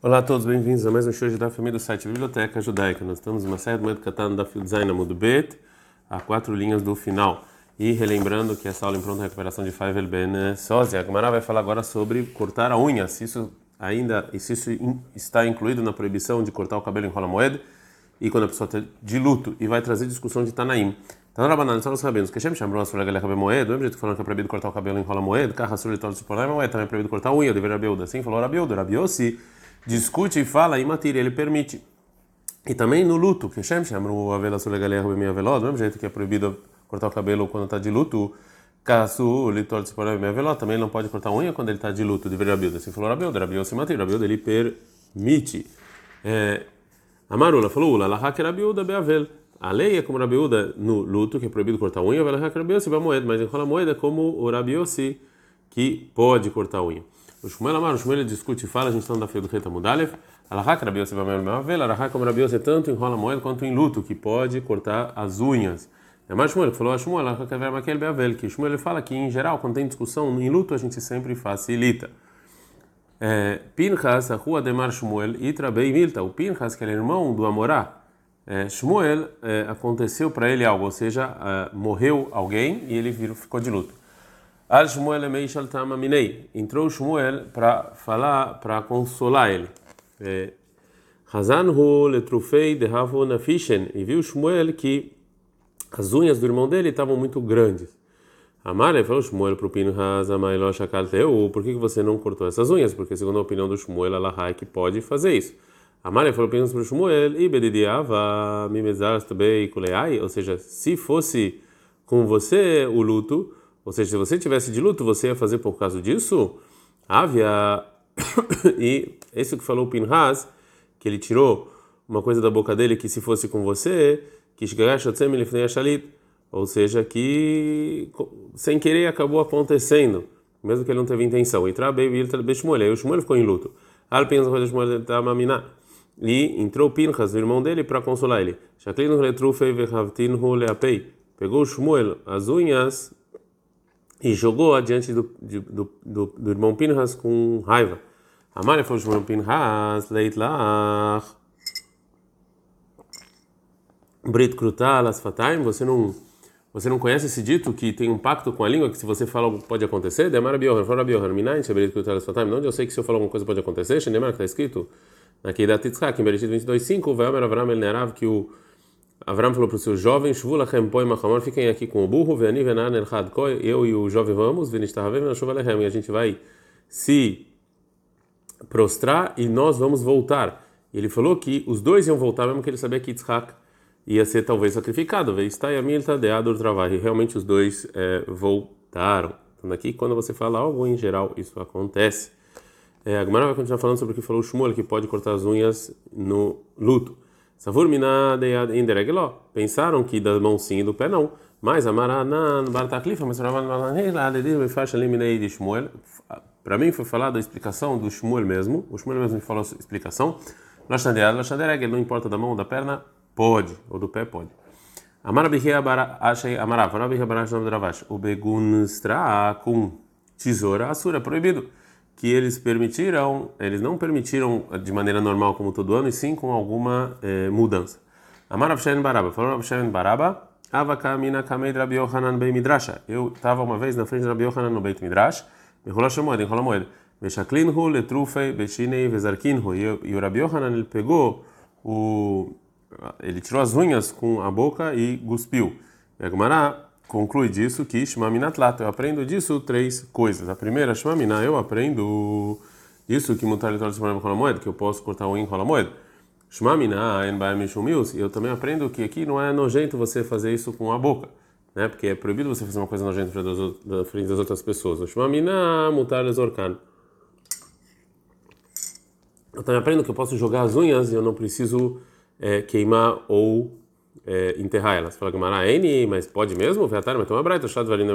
Olá a todos, bem-vindos a mais um show da família do site Biblioteca Judaica. Nós estamos numa série do Moed Katan da Field Amud Bet, a 4 linhas do final. E relembrando que essa aula em pronta recuperação de Faivel Ben Sozia, a Gemara vai falar agora sobre cortar a unha, se isso está incluído na proibição de cortar o cabelo em Rola Moed e quando a pessoa está de luto, e vai trazer discussão de Tanaim. Então, na banana, são os rabinos que chamam a sua galera Moed, do mesmo jeito que falando que é proibido cortar o cabelo em Rola Moed, carra sur e todo se também é proibido cortar a unha, deveria Rabiuda. Assim falou Rabiuda, Rabiossi discute e fala em matéria, ele permite. E também no luto, que chamam a vela sobre a galera bem aveló, do mesmo jeito que é proibido cortar o cabelo quando está de luto, caso litor se pode aveló, também não pode cortar a unha quando ele está de luto, deveria Rabiuda. Assim falou Rabiuda, Rabiossi matéria, Rabiuda ele permite. Amarula falou, la hack Rabiuda beavel. A lei é como Rabiuda no luto, que é proibido cortar a unha, vela hack Rabiossi beamoed, mas em Rola Moed é como o Rabiossi que pode cortar a unha. O Shmuel Amar, o Shmuel discute e fala, a gente está no Dafio do Reta Mudalev, Alahak Rabiossi beamoed, Alahak como Rabiossi tanto em Rola Moed quanto em luto, que pode cortar as unhas. É mais Shmuel que falou, Shmuel, que Shmuel fala que em geral, quando tem discussão em luto, a gente sempre facilita. Pinchas, a rua de Mar Shmuel, Itra Bei Milta, o Pinchas, que ele é irmão do Amorá, Shmuel, aconteceu para ele algo, ou seja, morreu alguém e ele ficou de luto. Al Shmuel Emei Shaltama Minei, entrou Shmuel para falar, para consolar ele. Hazanhu letrufei de Havo Nafishen, e viu Shmuel que as unhas do irmão dele estavam muito grandes. Amar falou Shmuel para o Pinchas, Amailo Shakalteu, por que você não cortou essas unhas? Porque segundo a opinião do Shmuel, Allah é que pode fazer isso. Amar falou Pinchas para o Shmuel, e Bedidiava Mimezast Bei Kuleai, ou seja, se fosse com você o luto, ou seja, se você tivesse de luto, você ia fazer por causa disso? Havia e esse que falou o Pinchas, que ele tirou uma coisa da boca dele que se fosse com você, que ou seja, que sem querer acabou acontecendo, mesmo que ele não teve intenção. E o Shmuel ficou em luto. E entrou Pinchas, o irmão dele, para consolar ele. Pegou o Shmuel as unhas e jogou adiante do irmão Pinchas com raiva. Amar falou Shmuel Pinchas, leitlach Brit Krutal Asfataim, você não conhece esse dito que tem um pacto com a língua, que se você fala algo pode acontecer? Demar Biohan, fala Biohan, Minayin, Brit Krutal Asfataim, onde eu sei que se eu falar alguma coisa pode acontecer? Shemar, que está escrito na Keidat Yitzhak, em Bereshit 22:5, Vayomer Avram El Nerav, que o Avram falou para o seu jovem, Shvulachem Poi Machamor, fiquem aqui com o burro, Veani Venan El Had Koi, eu e o jovem vamos, Venishtahavem Nashuvalechem, e a gente vai se prostrar e nós vamos voltar. E ele falou que os dois iam voltar, mesmo que ele sabia que Yitzhak ia ser talvez sacrificado. E realmente os dois voltaram. Então aqui, quando você fala algo em geral, isso acontece. A Gemara vai continuar falando sobre o que falou o Shmuel, que pode cortar as unhas no luto. Pensaram que da mão sim e do pé não. Mas para mim foi falada a explicação do Shmuel mesmo. O Shmuel mesmo me falou a explicação. Não importa da mão ou da perna, pode, ou do pé pode. O begunstra com tesoura assura proibido. Que eles não permitiram de maneira normal como todo ano, e sim com alguma mudança. Amar Avshen Baraba, falou Avshen Baraba, Avakamina Kamed Rabi Yohanan Bei Midrasha. Eu estava uma vez na frente de Rabi Yohanan no Beit Midrash, em Rola Moed, Beshaklinhu letrufei beshinei vezarkinhu. E o Rabi Yohanan ele tirou as unhas com a boca e cuspiu. E a Gemara conclui disso que Shema Minatlat, eu aprendo disso 3 coisas. A primeira, Shema Minah, eu aprendo disso que mutar litor Rola Moed, que eu posso cortar o unha em Rola Moed. Shema Minah, en baem shumius, e eu também aprendo que aqui não é nojento você fazer isso com a boca, né? Porque é proibido você fazer uma coisa nojenta na frente das outras pessoas. O Shema Minah, mutar lezorkan. Eu também aprendo que eu posso jogar as unhas e eu não preciso queimar ou enterrar elas. Fala Gemara, mas pode mesmo? Mas tem uma braita,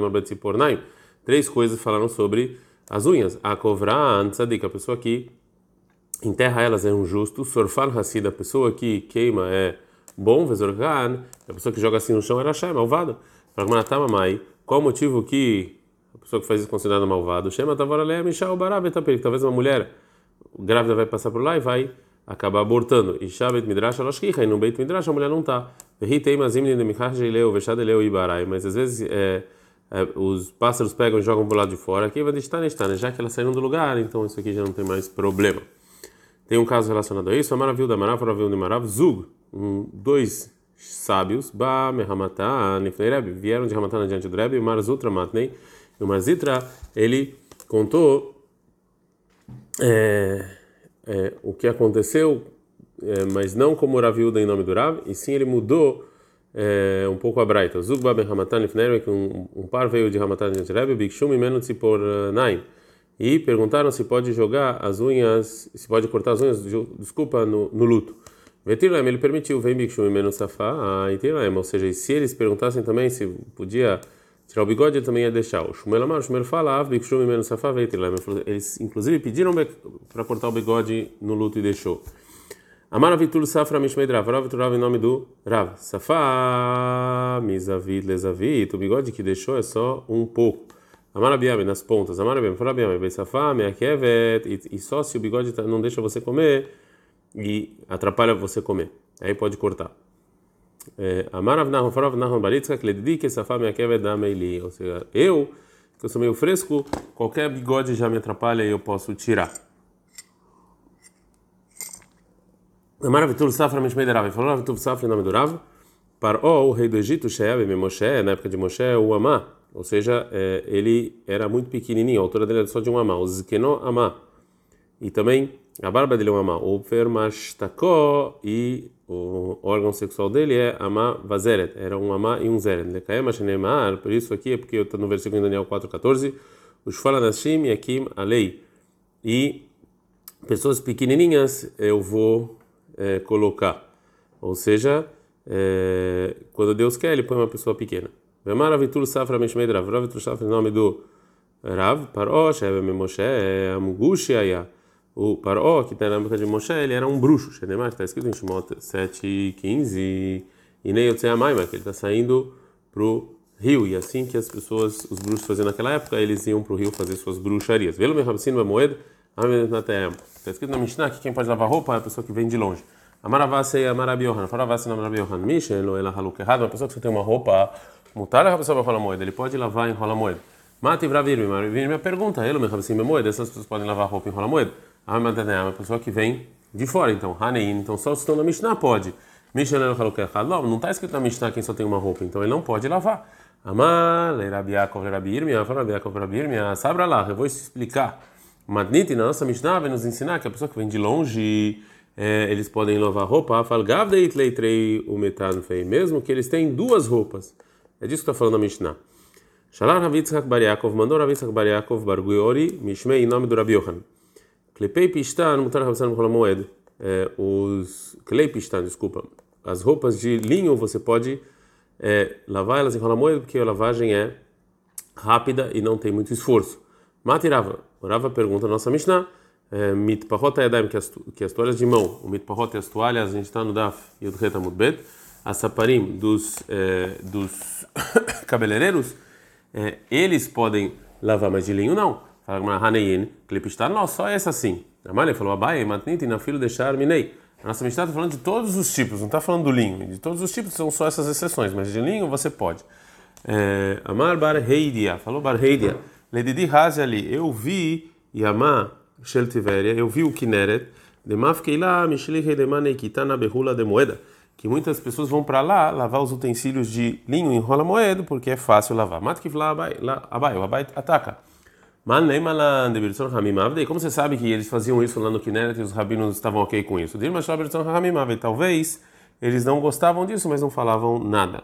3 coisas falaram sobre as unhas. A kovran tzadik, a pessoa que enterra elas é um justo. Sorfan hassid, a pessoa que queima é bom. Vezorgan, a pessoa que joga assim no chão é rachá, é malvado. Fala Gemara, tamamai, qual o motivo que a pessoa que faz isso é considerada malvado? Shema tavara leia mishal barabetapel, talvez uma mulher grávida vai passar por lá e vai acabar abortando. E Shabbat Midrash Aloshkicha, e no Beit Midrash a mulher não está. Mas às vezes os pássaros pegam e jogam para o lado de fora. Aqui vai estar, já que elas saíram do lugar, então isso aqui já não tem mais problema. Tem um caso relacionado a isso. Amaraviu da Marav, Raviu de Marav, Zug, dois sábios, Ba Mehamatan, Nifnei vieram de Hamatan diante do Rebbe, e o Marzutra Matnei, e o Marzitra, ele contou o que aconteceu, mas não como o Raviuda em nome do Rav, e sim ele mudou um pouco a braita. Zug Ba Mehamatan, Nifnei, que um par veio de Hamatan diante do Rebbe, Bikshum Imenu Tzipor Naim, e perguntaram se pode jogar as unhas, se pode cortar as unhas, desculpa, no luto. Vetirlaem, ele permitiu, vem Bikshum e menos safá, ou seja, se eles perguntassem também se podia tirar o bigode, ele também ia deixar. O Shumel Amar, o Shumel fala, Bikshum e menos safá, Vetirlaem. Eles inclusive pediram para cortar o bigode no luto e deixou. Amar Avitul Safra Mishmeid Rav, Avitul Rav em nome do Rav. Safá, Mizavit, Lezavit, o bigode que deixou é só um pouco. Amar Abiame, nas pontas. Amar Abiame, fala Abiame, Bei Safá, Meakevet, e só se o bigode não deixa você comer e atrapalha você comer, aí pode cortar. Amarav Nahon Farav Nahon Baritzka Kledidi que Safá Meakevet da Meili, ou seja, que eu sou meio fresco, qualquer bigode já me atrapalha e eu posso tirar. Amarav Tul Safra Mishmeid Rav, falou Rav Tul Safra em nome do Rav, Paró, o rei do Egito, Sheab Moshe, na época de Moshe, o Amá, ou seja, ele era muito pequenininho, a altura dele era só de um Amá, o Zikeno Amá, e também a barba dele é um amá, o fermashtako, e o órgão sexual dele é amá vazeret, era um amá e um zeret. Lekaema shenemar, por isso aqui é porque eu estou no versículo em Daniel 4:14, os falanashim yakim alei, e pessoas pequenininhas eu vou colocar, ou seja, quando Deus quer ele põe uma pessoa pequena. Vemar avitul safra mishmeid rav, avitul safra em nome do Rav, Paró, Shebe Moshe, Amgushi Aya. O Paró, que está na época de Moshe, ele era um bruxo, Shenemar, está escrito em Shemot 7:15, e nem Yotzei Amaima, que ele está saindo para o rio, e assim que as pessoas, os bruxos faziam naquela época, eles iam para o rio fazer suas bruxarias. Velo Mehabsin Bamoed, está escrito na Mishnah que quem pode lavar roupa é a pessoa que vem de longe. Amaravase Amarabi Yohan, Faravase Amarabi Yohan, Mishen, Loela Haluk errado, uma pessoa que só tem uma roupa, mutar a pessoa para rola moeda, ele pode lavar em rola moeda. Mate Vravirmi, minha pergunta, ele me Habsim Bamoed, essas pessoas podem lavar roupa em rola moeda? Uma pessoa que vem de fora, então, Hanein, então só se estão na Mishnah pode. Mishnah não está escrito na Mishnah quem só tem uma roupa, então ele não pode lavar. Amar, Rabi Yaakov, Rabi Irmia, Rabi Yaakov, Rabi Irmia, sabra lá, eu vou explicar. Madniti, na nossa Mishnah, vai nos ensinar que a pessoa que vem de longe, eles podem lavar roupa, falgavdeit leitrei o metan fei, mesmo que eles têm duas roupas. É disso que está falando a Mishnah. Shalar Rav Yitzhak Bar Yaakov, mandou Rav Yitzhak Bar Yaakov, Bar Guiori, Mishmei, em nome do Rabi Yohan. Klepei Pistan, mutar Rabsan Holamoed, os Klei Pistan, desculpa, as roupas de linho você pode lavar elas em Holamoed, porque a lavagem é rápida e não tem muito esforço. Matirava, Rava pergunta a nossa Mishnah, Mitpahot Ayadaim, que as toalhas de mão, o Mitpahot e as toalhas, a gente está no Daf Yudchet Amud Bet, as saparim dos cabeleireiros, eles podem lavar, mas de linho não. Fala Hanein, Klipistar, não, só essa sim. A Malha falou, Abai, Matniti, na filho deixar Minei. A nossa Mishnah está falando de todos os tipos, não está falando do linho. De todos os tipos são só essas exceções, mas de linho você pode. Amar Bar Heidia, falou Bar Heidia, Ledidi Hazi ali, eu vi Yamá Shel Tiveria, eu vi o Kineret, Demaf Keila, Mishli Hedemane Kitana Behula de Moeda, que muitas pessoas vão para lá lavar os utensílios de linho em rola moeda, porque é fácil lavar. Matkivla Abai, o Abai ataca. Como você sabe que eles faziam isso lá no Kineret e os rabinos estavam ok com isso? Talvez eles não gostavam disso, mas não falavam nada.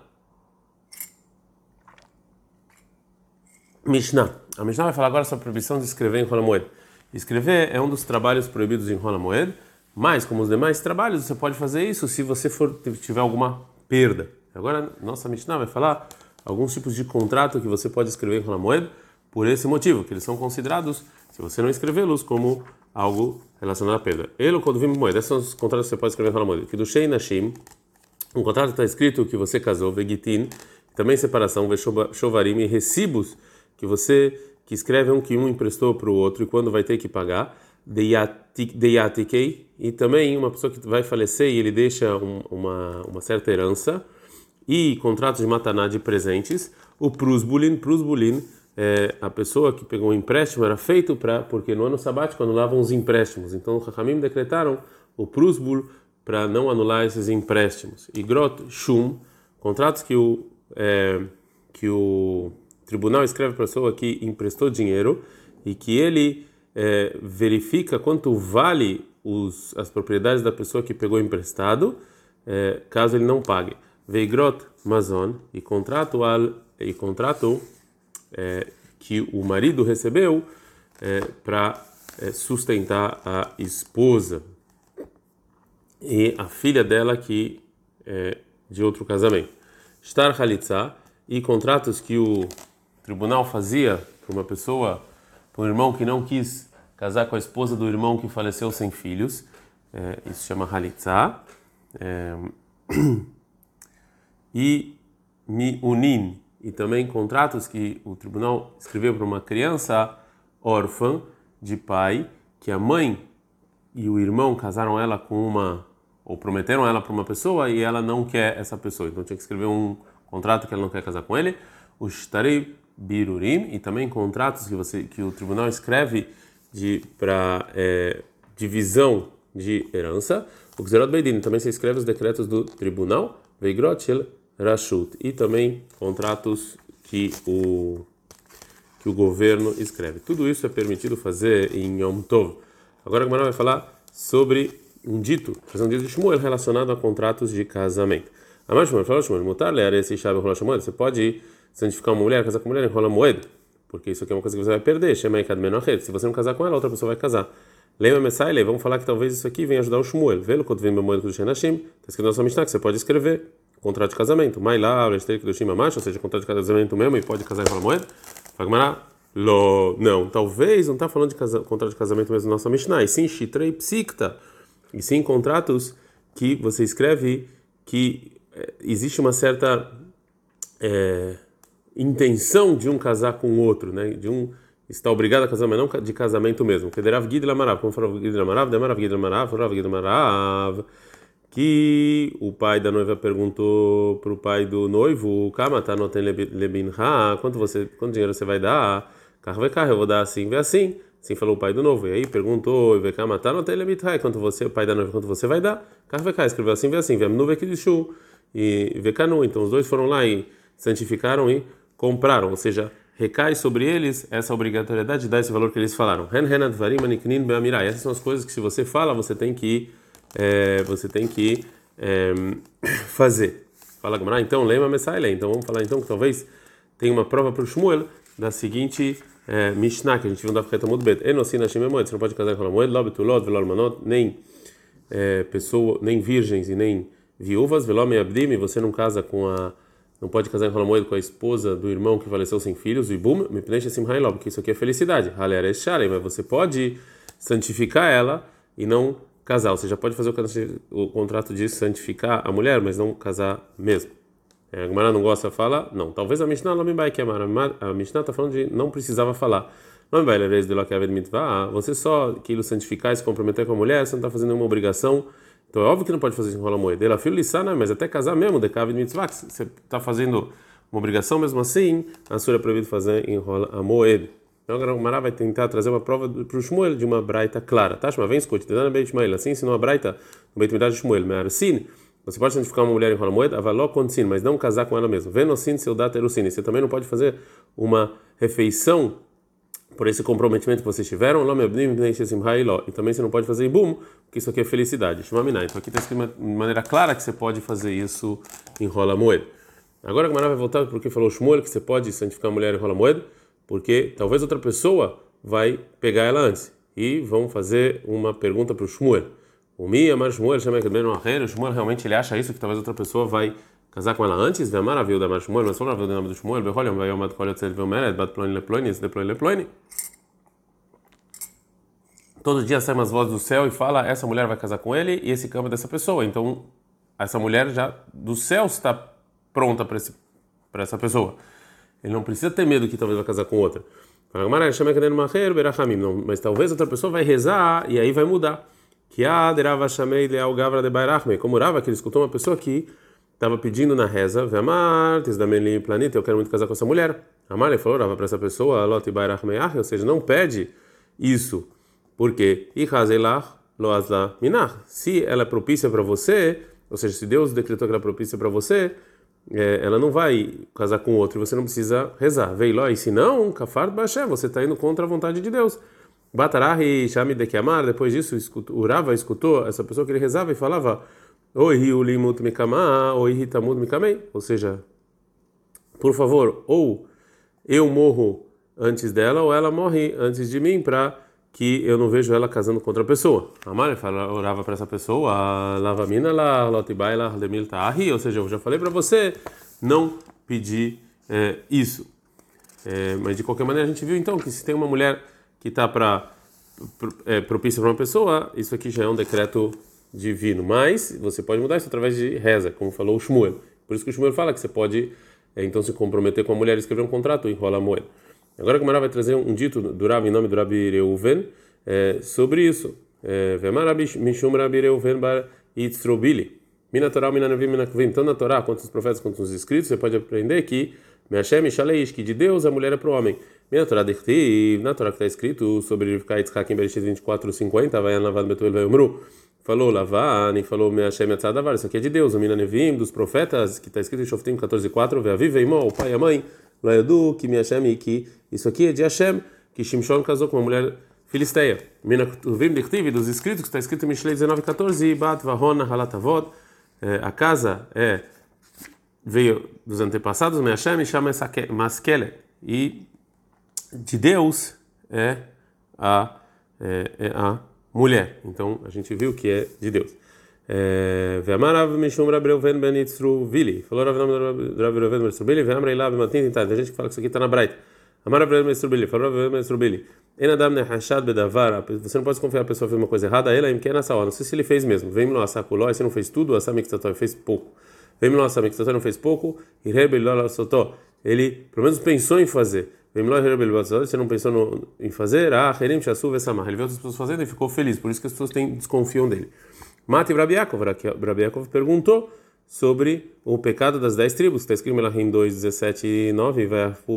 Mishnah. A Mishnah vai falar agora sobre a proibição de escrever em rola moeda. Escrever é um dos trabalhos proibidos em rola moeda, mas como os demais trabalhos, você pode fazer isso se você tiver alguma perda. Agora, nossa Mishnah vai falar alguns tipos de contrato que você pode escrever em rola moeda, por esse motivo, que eles são considerados, se você não escrevê-los, como algo relacionado à perda. Ele, quando vim moeda, esses são os contratos que você pode escrever na moeda. Que do Shei Nashim, um contrato está escrito que você casou, Vegitin, também separação, Veshovarim, e recibos que escreve que um emprestou para o outro e quando vai ter que pagar. deyatikei, e também uma pessoa que vai falecer e ele deixa uma certa herança, e contratos de mataná de presentes. O prusbulin a pessoa que pegou um empréstimo era feito porque no ano sabático anulavam os empréstimos. Então os Chachamim decretaram o prusbul para não anular esses empréstimos. E grot shum, contratos que o tribunal escreve para a pessoa que emprestou dinheiro e que ele verifica quanto vale as propriedades da pessoa que pegou emprestado, caso ele não pague. Veigrot mazon, e contrato que o marido recebeu para sustentar a esposa e a filha dela que de outro casamento. Shtar halitza, e contratos que o tribunal fazia para uma pessoa, para um irmão que não quis casar com a esposa do irmão que faleceu sem filhos, isso se chama halitza. E miunin, e também contratos que o tribunal escreveu para uma criança órfã de pai, que a mãe e o irmão casaram ela ou prometeram ela para uma pessoa e ela não quer essa pessoa, então tinha que escrever um contrato que ela não quer casar com ele. O shtarei birurim, e também contratos que o tribunal escreve para divisão de herança. O gzerot beidin, também se escreve os decretos do tribunal. Veigrot shel rashut, e também contratos que o governo escreve. Tudo isso é permitido fazer em Yom Tov. Agora a Gemara vai falar sobre um dito de Shmuel relacionado a contratos de casamento. Mas Shmuel falou, você pode santificar uma mulher, casar com uma mulher em rola moed, porque isso aqui é uma coisa que você vai perder. Se você não casar com ela, outra pessoa vai casar. Lema Messaile, vamos falar que talvez isso aqui venha ajudar o Shmuel. Velo quando vem Moed do Shenashim, está escrito na nossa Mishnah que você pode escrever contrato de casamento. Mailá, ou seja, contrato de casamento mesmo, e pode casar em rola moed. Não, talvez não está falando de contrato de casamento mesmo na nossa Mishnah, e sim shitrei psikta, e sim contratos que você escreve que existe uma certa intenção de um casar com o outro, né? De um está obrigado a casar, mas não de casamento mesmo. Kederav Gid Lamarav, como falou Gid Lamarav, Demarav Gid Lamarav, falou Gid Lamarav, que o pai da noiva perguntou para o pai do noivo, Kamata não tem lebinha, quanto dinheiro você vai dar? Carro vai carro, eu vou dar assim, vê assim. Assim falou o pai do noivo. E aí perguntou, Kamata não tem lebinha, o pai da noiva, quanto você vai dar? Carro vai carro, escreveu assim, vê assim, vê no aqui de chu e Vekanu. Então os dois foram lá e santificaram e compraram, ou seja, recai sobre eles essa obrigatoriedade de dar esse valor que eles falaram. Essas são as coisas que se você fala, você tem que fazer. Fala Gamara, então lema Messaile. Então vamos falar então que talvez tenha uma prova para o Shmuel da seguinte Mishnah que a gente viu na Feta Mudbet. Você não pode casar com a moed, nem nem virgens e nem viúvas, você não casa não pode casar em Holomoed com a esposa do irmão que faleceu sem filhos, e bum, me preenche assim, porque isso aqui é felicidade. Mas você pode santificar ela e não casar. Você já pode fazer o contrato de santificar a mulher, mas não casar mesmo. A Gemara não gosta de falar? Não. Talvez a Mishnah não me vai queimar. A Mishnah está falando de não precisava falar. Não me vai ler de lá que você só quilo santificar e se comprometer com a mulher, você não está fazendo nenhuma obrigação. Então é óbvio que não pode fazer isso em rola moed. Ela filho lissana, mas até casar mesmo, de kavid mitzvah, você está fazendo uma obrigação mesmo assim, a sura é proibido fazer em rola a moed. Então agora o Mará vai tentar trazer uma prova para o Shmuel de uma braita clara. Tá, mas vem escute, Dana Beit Shmuel, assim ensinou a braita no Beit Midrash de Shmuel. Me'arsin, você pode santificar uma mulher em rola moed, avaló konsin, mas não casar com ela mesmo. Venosin seu data erusin, você também não pode fazer uma refeição por esse comprometimento que vocês tiveram, e também você não pode fazer ibum, porque isso aqui é felicidade. Então aqui está escrito de maneira clara que você pode fazer isso em rola moed. Agora a Gemara vai voltar porque falou Shmuel que você pode santificar a mulher em rola moed, porque talvez outra pessoa vai pegar ela antes. E vamos fazer uma pergunta para o Shmuel. O Shmuel realmente ele acha isso, que talvez outra pessoa vai casar com ela antes? Mas só o nome do Shmuel, todo dia sai umas vozes do céu e fala, essa mulher vai casar com ele e esse campo é dessa pessoa. Então, essa mulher já do céu está pronta para essa pessoa. Ele não precisa ter medo que talvez vai casar com outra. Não, mas talvez outra pessoa vai rezar e aí vai mudar. Que como Rava, que ele escutou uma pessoa que estava pedindo na reza, planeta, eu quero muito casar com essa mulher. Amar, ele falou, Rava, para essa pessoa, ou seja, não pede isso, porque se ela é propícia para você, ou seja, se Deus decretou que ela é propícia para você, ela não vai casar com outro e você não precisa rezar. Veiló, e se não, kafar bashem, você está indo contra a vontade de Deus. Batarahi, chame de que amar. Depois disso, o Rava escutou essa pessoa que ele rezava e falava, oi ulimut mikama, oi tamud mikamei, ou seja, por favor, ou eu morro antes dela ou ela morre antes de mim para que eu não vejo ela casando com outra pessoa. Amar, orava para essa pessoa, lavamina la lotibai la demil tahi, ou seja, eu já falei para você não pedir isso. Mas de qualquer maneira a gente viu então que se tem uma mulher que está propícia para uma pessoa, isso aqui já é um decreto divino. Mas você pode mudar isso através de reza, como falou o Shmuel. Por isso que o Shmuel fala que você pode então se comprometer com a mulher e escrever um contrato e enrola a moeda. Agora que o Mará vai trazer um dito do Rav em nome do Rabi Reuven sobre isso. Mishum Rabi Reuven bar Yitzrobili. Mina Torá, Mina Nevim, Mina Kuvim. Tanto na Torá quanto nos profetas quanto nos escritos, você pode aprender que Me'Hashem Shaleish, que de Deus a mulher é para o homem. Mina Torá Dichtiv, na Torá que está escrito sobre Rivka Yitzhak em Bereshit 24:50, vai Anavad Betuel vai Umru. Falou Lavan e falou Me'Hashem Yatzadavar. Isso aqui é de Deus. O Mina Nevim, dos profetas, que está escrito em Shoftim 14:4, Ve'aviv ve'imo, o pai e a mãe. Loedu, que Me'Hashem e que isso aqui é de Hashem, que Shimshon casou com uma mulher filisteia. Mina Tuvim Dichtiv, dos escritos, que está escrito em Mishlei 19:14, Bat Vahona Halatavod. A casa veio dos antepassados, Me'Hashem e chama Maskele, e de Deus é a mulher. Então a gente viu que é de Deus. Ve'amarav mishum Rabi Reuven ben Yitzruvili. Falou Rabi Reuven ben Yitzruvili. Ve'amrei lá b'matin tinta. Tem gente que fala que isso aqui está na Braita. Amar Rabi Reuven ben Yitzruvili. Falou Rabi Reuven ben Yitzruvili. En adam nehashad bedavar. Você não pode desconfiar que a pessoa fez uma coisa errada. Ela imken asa. Não sei se ele fez mesmo. Vem-me lá saculó. Se não fez tudo, asa mixtató. Ele fez pouco. Vem-me lá asa mixtató. Não fez pouco. E rebelou sotó. Ele pelo menos pensou em fazer. Vem-me lá rebelou sotó. Você não pensou em fazer. Herim shasu vesamar. Ele viu outras pessoas fazendo e ficou feliz. Por isso que as pessoas desconfiam dele. Mati Rabi Yaakov perguntou sobre o pecado das 10 tribos, que está escrito em Melachim 2, 17 e 9,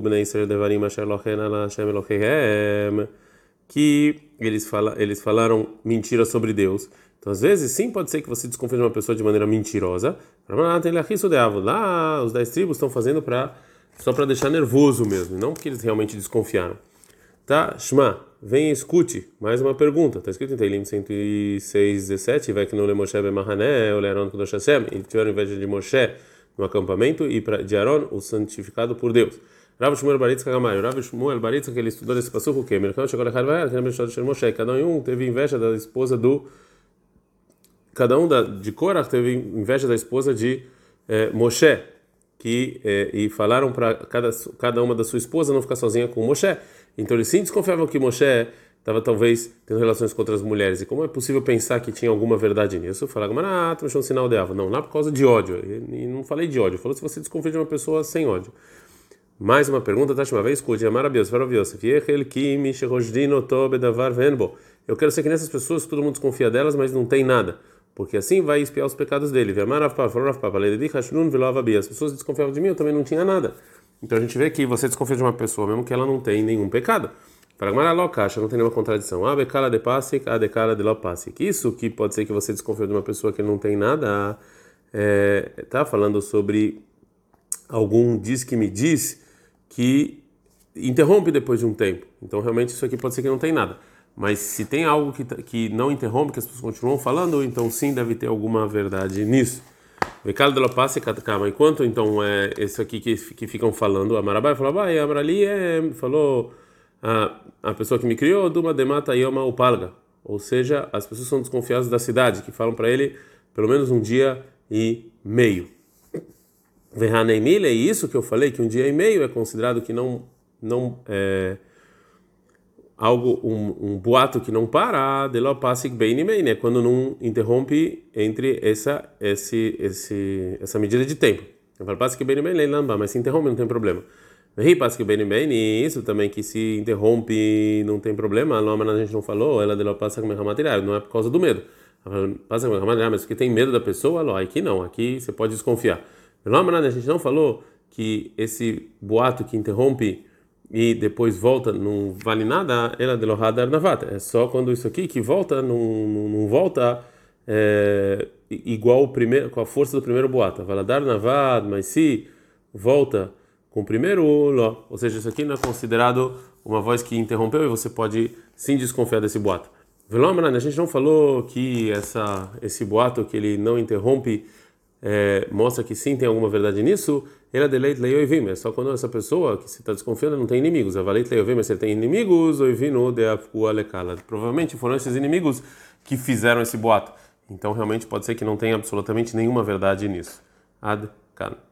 que eles falaram mentira sobre Deus. Então, às vezes, sim, pode ser que você desconfie de uma pessoa de maneira mentirosa. Lá, os 10 tribos estão fazendo só para deixar nervoso mesmo, não porque eles realmente desconfiaram. Tá, Shma, vem e escute. Mais uma pergunta. Está escrito em Teilim 106:17, vai que não lê Moshe ben Mahané, ou lê Aaron Kadosh Hashem, e tiveram inveja de Moshe no acampamento e de Aaron, o santificado por Deus. Rav Shmuel Baritzka Gamai, Rav Shmuel Baritzka, que ele estudou nesse passuco, o quê? Cada um teve inveja da esposa de Korach teve inveja da esposa de Moshe, e falaram para cada uma da sua esposa não ficar sozinha com Moshe. Então eles sim desconfiavam que Moshe estava talvez tendo relações com outras mulheres. E como é possível pensar que tinha alguma verdade nisso? Falaram, mas tu achou um sinal de Ava. Não é por causa de ódio. E não falei de ódio. Falou se você desconfia de uma pessoa sem ódio. Mais uma pergunta, tá? Escute. Eu quero ser que nessas pessoas todo mundo desconfia delas, mas não tem nada. Porque assim vai espiar os pecados dele. As pessoas desconfiavam de mim, eu também não tinha nada. Então a gente vê que você desconfia de uma pessoa, mesmo que ela não tem nenhum pecado. Para Gamara Locacha, não tem nenhuma contradição. A decala de passik, a decala de lopasik. Isso que pode ser que você desconfia de uma pessoa que não tem nada, tá falando sobre algum diz que me diz que interrompe depois de um tempo. Então realmente isso aqui pode ser que não tem nada. Mas se tem algo que não interrompe, que as pessoas continuam falando, então sim deve ter alguma verdade nisso. Vecalo de la passe calma. Enquanto então esse aqui que ficam falando, a Marabai falou, a Amrali falou a pessoa que me criou, Duma demata yoma upalga. Ou seja, as pessoas são desconfiadas da cidade, que falam para ele pelo menos um dia e meio. Verhaneimile é isso que eu falei, que um dia e meio é considerado que não é um boato que não para, de lo passik bem e né? Quando não interrompe entre essa medida de tempo. Eu falo passik bem e lamba, mas se interrompe não tem problema. Vem, passa que bem, e isso também que se interrompe não tem problema, a gente não falou, ela dela passa com material, não é por causa do medo. Passa com material, mas porque tem medo da pessoa, aqui não, aqui você pode desconfiar. A gente não falou que esse boato que interrompe e depois volta não vale nada, ela de lohadar navata. É só quando isso aqui que volta não volta igual o primeiro, com a força do primeiro boato. Valadar navad, mas se volta com o primeiro ló, ou seja, isso aqui não é considerado uma voz que interrompeu e você pode sim desconfiar desse boato. A gente não falou que esse boato que ele não interrompe mostra que sim tem alguma verdade nisso. Ele é deleit leioivim, é só quando essa pessoa que se está desconfiando não tem inimigos. A valeit leioivim, mas se ele tem inimigos, oivino de alekala. Provavelmente foram esses inimigos que fizeram esse boato. Então realmente pode ser que não tenha absolutamente nenhuma verdade nisso. Ad kan.